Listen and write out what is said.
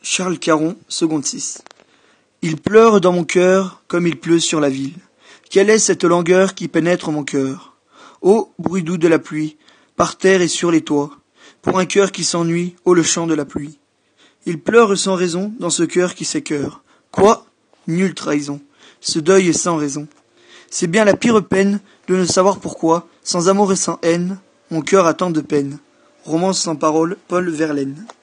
Charles Caron, seconde 6. Il pleure dans mon cœur comme il pleut sur la ville. Quelle est cette langueur qui pénètre mon cœur? Ô bruit doux de la pluie, par terre et sur les toits, pour un cœur qui s'ennuie, ô le chant de la pluie. Il pleure sans raison dans ce cœur qui s'écœure. Quoi? Nulle trahison. Ce deuil est sans raison. C'est bien la pire peine de ne savoir pourquoi, sans amour et sans haine, mon cœur a tant de peine. Romance sans parole, Paul Verlaine.